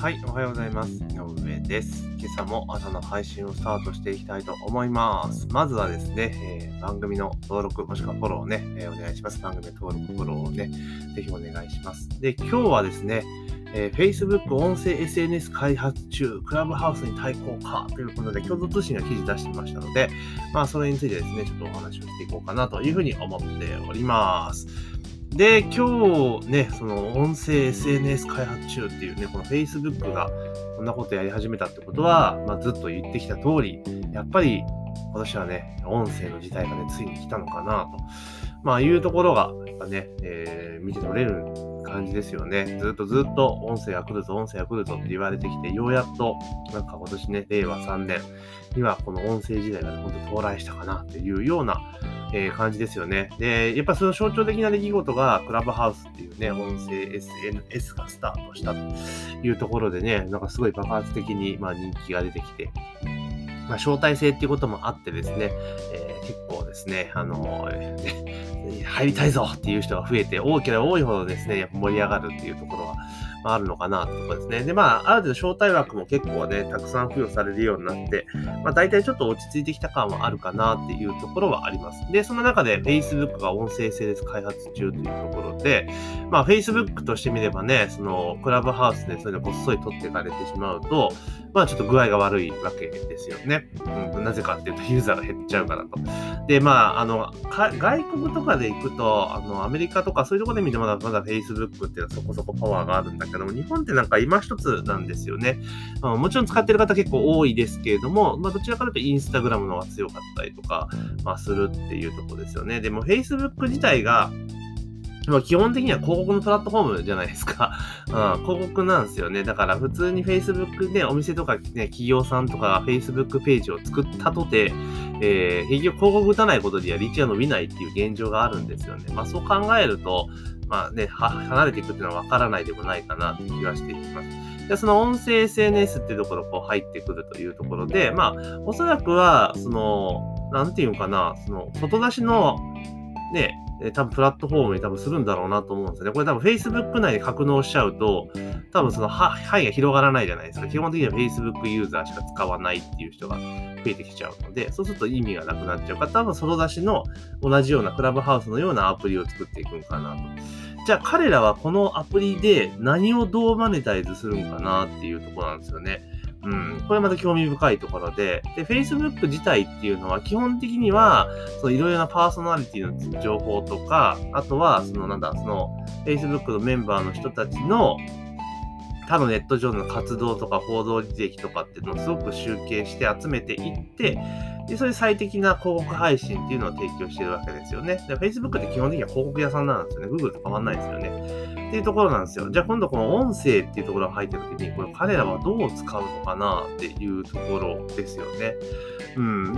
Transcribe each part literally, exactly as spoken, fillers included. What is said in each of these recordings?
はい、おはようございます。井上です。今朝も朝の配信をスタートしていきたいと思います。まずはですね、えー番組の登録もしくはフォローをね、えーお願いします。番組の登録、フォローをね、ぜひお願いします。で、今日はですね、えー Facebook 音声 エスエヌエス 開発中、クラブハウスに対抗かということで、共同通信が記事出してましたので、まあ、それについてですね、ちょっとお話をしていこうかなというふうに思っております。で、今日ね、その音声 エスエヌエス 開発中っていうね、この Facebook がこんなことやり始めたってことは、まあ、ずっと言ってきた通り、やっぱり今年はね、音声の時代がね、ついに来たのかなと、まあ、いうところが、やっぱね、えー見て取れる感じですよね。ずっとずっと音声が来るぞ、音声が来るぞって言われてきて、ようやっと、なんか今年ね、れいわさんねんにはこの音声時代が、ね、本当到来したかなっていうような、えー感じですよね。で、やっぱその象徴的な出来事が、クラブハウスっていうね、音声 エスエヌエス がスタートしたというところでね、なんかすごい爆発的に、まあ、人気が出てきて、まあ、招待制っていうこともあってですね、えー結構ですね、あのーね、入りたいぞっていう人が増えて、多ければ多いほどですね、やっぱ盛り上がるっていうところは、まあ、あるのかなってところですね。で、まあ、ある程度招待枠も結構ね、たくさん付与されるようになって、まあ、大体ちょっと落ち着いてきた感はあるかなっていうところはあります。で、その中で Facebook が音声 エスエヌエス 開発中というところで、まあ、Facebook としてみればね、その、クラブハウスでそれでこっそり取っていかれてしまうと、まあ、ちょっと具合が悪いわけですよね。うん、なぜかっていうと、ユーザーが減っちゃうからと。で、まあ、あの、か外国とかで行くと、あの、アメリカとかそういうところで見てもまだまだ Facebook っていうのはそこそこパワーがあるんだけども、日本ってなんか今一つなんですよね。まあ、もちろん使ってる方結構多いですけれども、まあ、どちらかというとインスタグラムの方が強かったりとか、まあ、するっていうところですよね。でも Facebook 自体が、まあ、基本的には広告のプラットフォームじゃないですか。うん、広告なんですよね。だから普通に Facebook でお店とかね、企業さんとかが Facebook ページを作ったとて、えー、結局広告打たないことではリーチが伸びないっていう現状があるんですよね。まあそう考えると、まあね、は離れていくっていうのは分からないでもないかなっていう気がしています。で、その音声 エスエヌエス っていうところこう入ってくるというところで、まあ、おそらくは、その、なんていうのかな、その、外出しの、ね、えー多分プラットフォームに多分するんだろうなと思うんですよね。これ多分 Facebook 内で格納しちゃうと、多分その範囲が広がらないじゃないですか。基本的には Facebook ユーザーしか使わないっていう人が増えてきちゃうので、そうすると意味がなくなっちゃうから、多分外出しの同じようなクラブハウスのようなアプリを作っていくのかなと。じゃあ彼らはこのアプリで何をどうマネタイズするのかなっていうところなんですよね。うん、これまた興味深いところで、で、Facebook 自体っていうのは基本的には、そのいろいろなパーソナリティの情報とか、あとは、そのなんだ、その Facebook のメンバーの人たちの他のネット上の活動とか報道履歴とかっていうのをすごく集計して集めていって、で、それで最適な広告配信っていうのを提供しているわけですよね。で、Facebook って基本的には広告屋さんなんですよね。Google と変わんないですよね。っていうところなんですよ。じゃあ今度この音声っていうところが入った時に、これ彼らはどう使うのかなっていうところですよね。うん。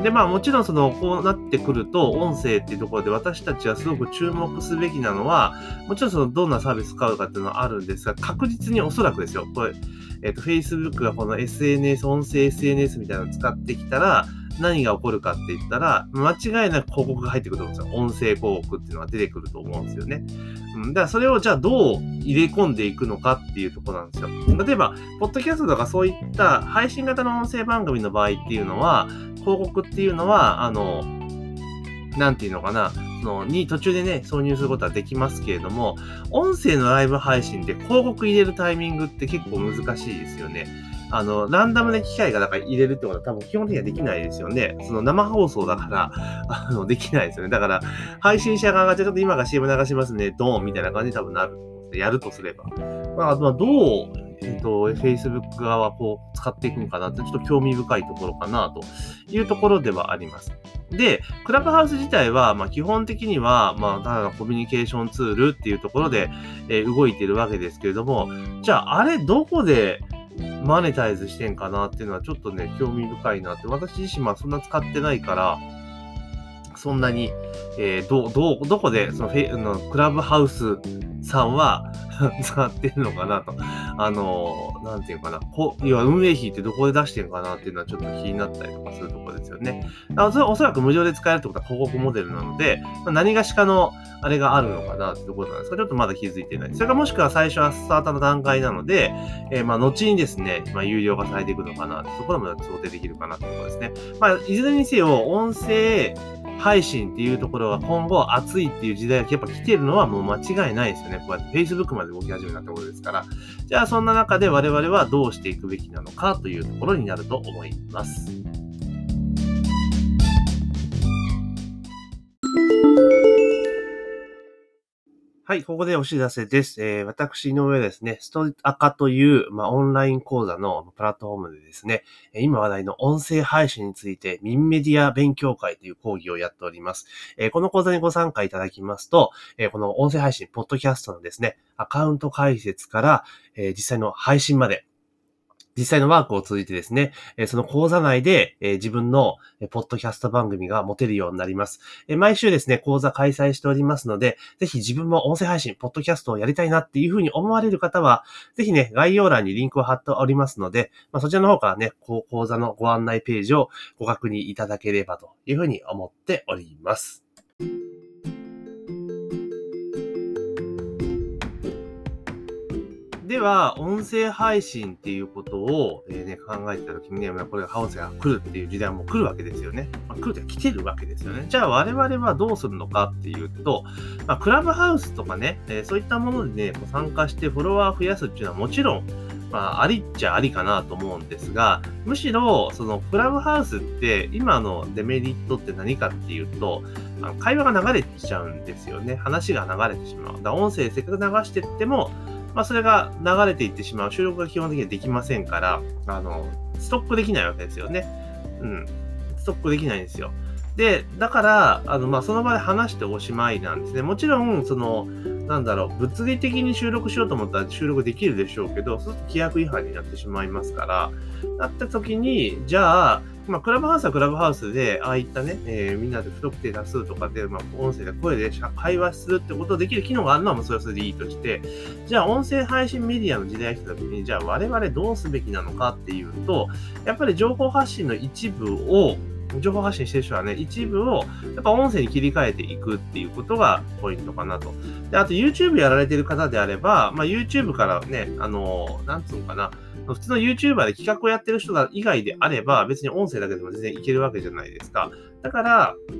で、まあもちろんその、こうなってくると、音声っていうところで私たちはすごく注目すべきなのは、もちろんその、どんなサービス使うかっていうのはあるんですが、確実におそらくですよ。これ、えっと、Facebook がこの エスエヌエス、音声 エスエヌエス みたいなのを使ってきたら、何が起こるかって言ったら、間違いなく広告が入ってくると思うんですよ。音声広告っていうのが出てくると思うんですよね。うん、だからそれをじゃあどう入れ込んでいくのかっていうところなんですよ。例えば、ポッドキャストとかそういった配信型の音声番組の場合っていうのは、広告っていうのは、あの、なんていうのかな、そのに途中でね、挿入することはできますけれども、音声のライブ配信で広告入れるタイミングって結構難しいですよね。あの、ランダムで機械がだから入れるってことは多分基本的にはできないですよね。その生放送だから、あの、できないですよね。だから、配信者側がちょっと今が シーエム 流しますね、ドーンみたいな感じで多分なる。やるとすれば。まあ、まあ、どう、えっと、Facebook 側はこう使っていくのかなってちょっと興味深いところかなというところではあります。で、クラブハウス自体は、まあ基本的には、まあただのコミュニケーションツールっていうところで、えー動いているわけですけれども、じゃああれどこでマネタイズしてんかなっていうのはちょっとね、興味深いなって、私自身はそんな使ってないから、そんなに、えー、ど、ど、どこで、そのフェ、のクラブハウスさんは使ってるのかなと。あの、なんていうかな。こ要は運営費ってどこで出してるのかなっていうのはちょっと気になったりとかするところですよね。あそれおそらく無料で使えるってことは広告モデルなので、まあ、何がしかのあれがあるのかなってところなんですが、ちょっとまだ気づいていない。それかもしくは最初はスタートの段階なので、えー、まあ後にですね、まあ有料化されていくのかなってところも想定できるかなってところですね。まあいずれにせよ音声配信っていうところが今後熱いっていう時代がやっぱ来てるのはもう間違いないですよね。こうやって Facebook まで動き始めたってことですから。じゃあそんな中で我々はどうしていくべきなのかというところになると思います。はい、ここでお知らせです。えー、私、井上ですね、ストアカという、まあ、オンライン講座のプラットフォームでですね、今話題の音声配信について、民メディア勉強会という講義をやっております。えー、この講座にご参加いただきますと、えー、この音声配信、ポッドキャストのですね、アカウント開設から、えー、実際の配信まで、実際のワークを通じてですね、その講座内で自分のポッドキャスト番組が持てるようになります。毎週ですね、講座開催しておりますので、ぜひ自分も音声配信、ポッドキャストをやりたいなっていうふうに思われる方は、ぜひね、概要欄にリンクを貼っておりますので、まあ、そちらの方からね、講座のご案内ページをご確認いただければというふうに思っております。では、音声配信っていうことを、えーね、考えてたときにね、これが音声が来るっていう時代はもう来るわけですよね。まあ、来るって来てるわけですよね。じゃあ我々はどうするのかっていうと、まあ、クラブハウスとかね、えー、そういったものでね、参加してフォロワー増やすっていうのはもちろん、まあ、ありっちゃありかなと思うんですが、むしろ、そのクラブハウスって今のデメリットって何かっていうと、あの会話が流れちゃうんですよね。話が流れてしまう。だから音声せっかく流してっても、まあ、それが流れていってしまう。収録が基本的にはできませんから、あの、ストックできないわけですよね。うん。ストックできないんですよ。で、だから、あの、まあ、その場で話しておしまいなんですね。もちろん、その、なんだろう、物理的に収録しようと思ったら収録できるでしょうけど、そうすると規約違反になってしまいますから、なった時に、じゃあ、まあ、クラブハウスはクラブハウスで、ああいったね、えー、みんなで不特定多数とかで、まあ、音声で声で会話するってことをできる機能があるのは、もうそれはそれでいいとして、じゃあ、音声配信メディアの時代が来た時に、じゃあ、我々どうすべきなのかっていうと、やっぱり情報発信の一部を、情報発信してる人はね、一部を、やっぱ音声に切り替えていくっていうことがポイントかなと。で、あと YouTube やられてる方であれば、まあ YouTube からね、あの、なんつうのかな、普通の YouTuber で企画をやってる人が以外であれば、別に音声だけでも全然いけるわけじゃないですか。だから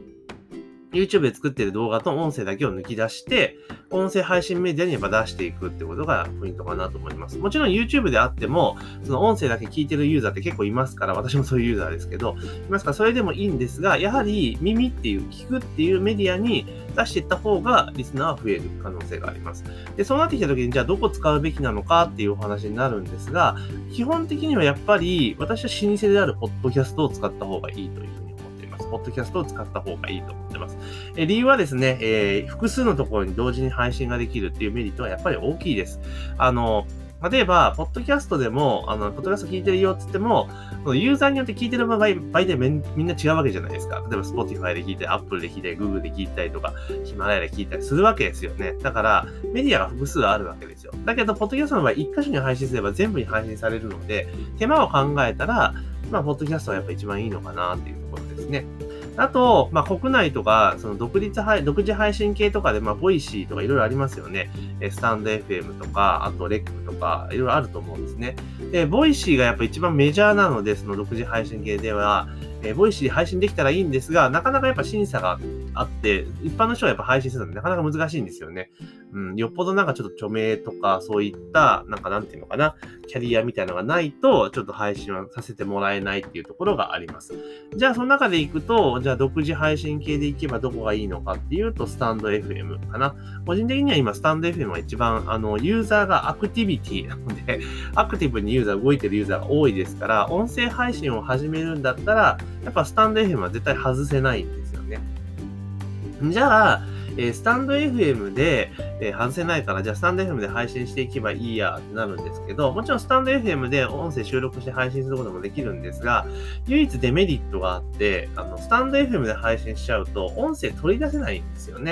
、YouTube で作ってる動画と音声だけを抜き出して、音声配信メディアにやっぱ出していくってことがポイントかなと思います。もちろん YouTube であっても、その音声だけ聞いてるユーザーって結構いますから、私もそういうユーザーですけど、いますからそれでもいいんですが、やはり耳っていう、聞くっていうメディアに出していった方がリスナーは増える可能性があります。で、そうなってきた時にじゃあどこ使うべきなのかっていうお話になるんですが、基本的にはやっぱり私は老舗であるポッドキャストを使った方がいいというふうにポッドキャストを使った方がいいと思ってます。え理由はですね、えー、複数のところに同時に配信ができるっていうメリットはやっぱり大きいです。あの、例えば、ポッドキャストでも、あの、ポッドキャスト聞いてるよって言っても、ユーザーによって聞いてる場合、場合でみんな違うわけじゃないですか。例えば、Spotify で聞いたり、Apple で聞いたり、Google で聞いたりとか、ヒマラヤで聞いたりするわけですよね。だから、メディアが複数あるわけですよ。だけど、ポッドキャストの場合、一箇所に配信すれば全部に配信されるので、手間を考えたら、まあ、ポッドキャストはやっぱ一番いいのかなっていうところですね。あと、まあ、国内とか、その独立配、独自配信系とかで、まあ、ボイシーとかいろいろありますよね。スタンド エフエム とか、あとレックとか、いろいろあると思うんですね。で、ボイシーがやっぱ一番メジャーなので、その独自配信系では、えー、ボイシーで配信できたらいいんですが、なかなかやっぱ審査があって、一般の人はやっぱ配信するのでなかなか難しいんですよね。うん、よっぽどなんかちょっと著名とか、そういった、なんかなんていうのかな、キャリアみたいなのがないと、ちょっと配信はさせてもらえないっていうところがあります。じゃあ、その中で行くと、じゃあ独自配信系で行けばどこがいいのかっていうと、スタンド エフエム かな。個人的には今、スタンド エフエム が一番、あの、ユーザーがアクティビティなので、アクティブにユーザー、動いてるユーザーが多いですから、音声配信を始めるんだったら、やっぱスタンド エフエム は絶対外せないんですよね。じゃあ、えー、スタンド エフエム で、えー、外せないから、じゃあスタンド エフエム で配信していけばいいやってなるんですけど、もちろんスタンド エフエム で音声収録して配信することもできるんですが、唯一デメリットがあって、あの、スタンド エフエム で配信しちゃうと、音声取り出せないんですよね。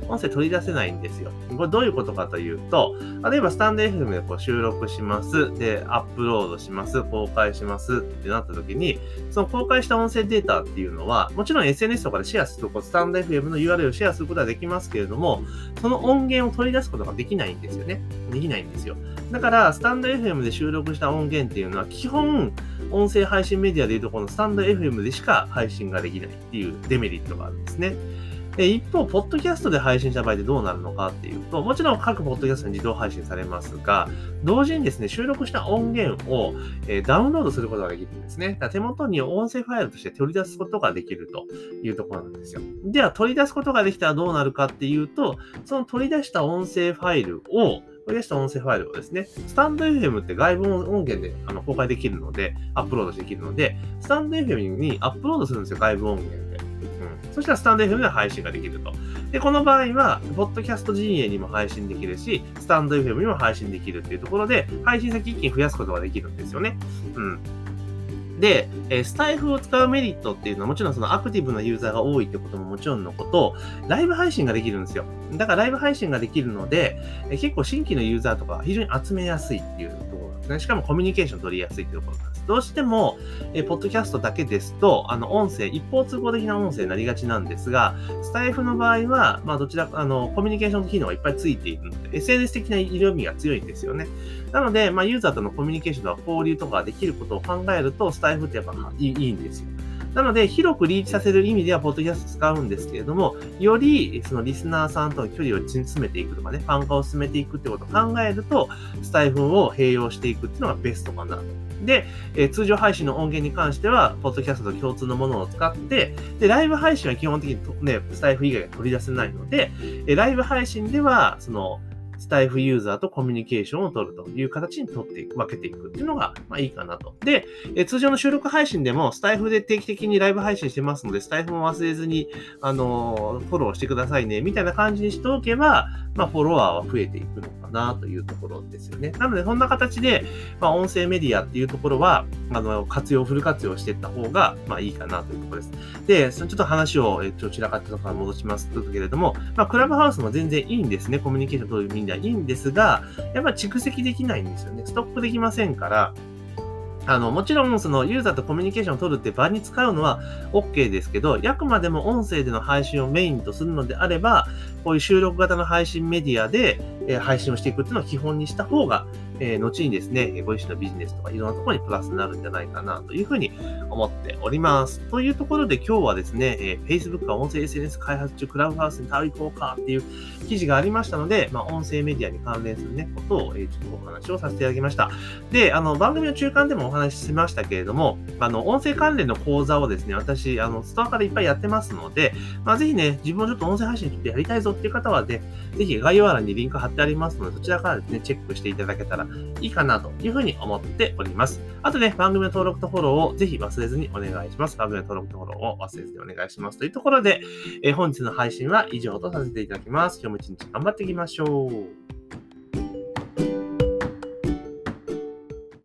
音声取り出せないんですよ。これどういうことかというと、例えばスタンド エフエム でこう収録します。で、アップロードします。公開しますってなった時に、その公開した音声データっていうのは、もちろん エスエヌエス とかでシェアすると、スタンド エフエム の ユーアールエル をシェアすることはできますけれども、その音源を取り出すことができないんですよね。できないんですよ。だから、スタンド エフエム で収録した音源っていうのは、基本、音声配信メディアでいうとこのスタンド エフエム でしか配信ができないっていうデメリットがあるんですね。で一方、ポッドキャストで配信した場合でどうなるのかっていうと、もちろん各ポッドキャストに自動配信されますが、同時にですね、収録した音源を、えー、ダウンロードすることができるんですね。だから手元に音声ファイルとして取り出すことができるというところなんですよ。では、取り出すことができたらどうなるかっていうと、その取り出した音声ファイルを取り出した音声ファイルをですね、スタンド エフエム って外部音源であの公開できるので、アップロードできるので、スタンド エフエム にアップロードするんですよ、外部音源で。うん、そしたらスタンド エフエム で配信ができると。で、この場合は、ポッドキャスト陣営にも配信できるし、スタンド エフエム にも配信できるっていうところで、配信先一気に増やすことができるんですよね。うん。で、えー、スタイフを使うメリットっていうのはもちろんそのアクティブなユーザーが多いってことももちろんのこと、ライブ配信ができるんですよ。だからライブ配信ができるので、えー、結構新規のユーザーとか非常に集めやすいっていうところなんですね。しかもコミュニケーション取りやすいっていうところなんです。どうしても、えー、ポッドキャストだけですと、あの、音声、一方通行的な音声になりがちなんですが、スタイフの場合は、まあ、どちらか、あの、コミュニケーション機能がいっぱいついているので、エスエヌエス 的な色味が強いんですよね。なので、まあ、ユーザーとのコミュニケーションとか交流とかができることを考えると、スタイフってやっぱいい、いいんですよ。なので、広くリーチさせる意味では、ポッドキャスト使うんですけれども、より、そのリスナーさんとの距離を詰めていくとかね、ファン化を進めていくってことを考えると、スタイフを併用していくっていうのがベストかなと。で、えー、通常配信の音源に関しては、ポッドキャストと共通のものを使って、で、ライブ配信は基本的にね、スタイフ以外が取り出せないので、えー、ライブ配信では、その、スタイフユーザーとコミュニケーションを取るという形に取っていく、分けていくっていうのが、まあいいかなと。で、え通常の収録配信でも、スタイフで定期的にライブ配信してますので、スタイフも忘れずに、あのー、フォローしてくださいね、みたいな感じにしておけば、まあ、フォロワーは増えていくのかなというところですよね。なので、そんな形で、まあ、音声メディアっていうところは、あの、活用、フル活用していった方が、まあ、いいかなというところです。で、そのちょっと話を、えっと、散らかったところから戻しますけれども、まあ、クラブハウスも全然いいんですね。コミュニケーション取る意味ではいいんですが、やっぱり蓄積できないんですよね。ストックできませんから、あの、もちろん、その、ユーザーとコミュニケーションを取るって場に使うのは OK ですけど、あくまでも音声での配信をメインとするのであれば、こういう収録型の配信メディアで、えー、配信をしていくっていうのを基本にした方が、えー、後にですね、ご自身のビジネスとかいろんなところにプラスになるんじゃないかなというふうに思っております。というところで今日はですね、えー、Facebook が音声 エスエヌエス 開発中、クラブハウスに対抗かっていう記事がありましたので、まあ、音声メディアに関連するね、ことを、えー、ちょっとお話をさせていただきました。で、あの、番組の中間でもお話ししましたけれども、あの、音声関連の講座をですね、私、あの、ストアからいっぱいやってますので、まあ、ぜひね、自分もちょっと音声配信ちょっとやりたいぞっていう方はね、ぜひ概要欄にリンク貼ってありますので、そちらからですね、チェックしていただけたらいいかなというふうに思っております。あとね、番組の登録とフォローをぜひ忘れずにお願いします。番組の登録とフォローを忘れずにお願いします。というところで、えー、本日の配信は以上とさせていただきます。今日も一日頑張っていきましょう。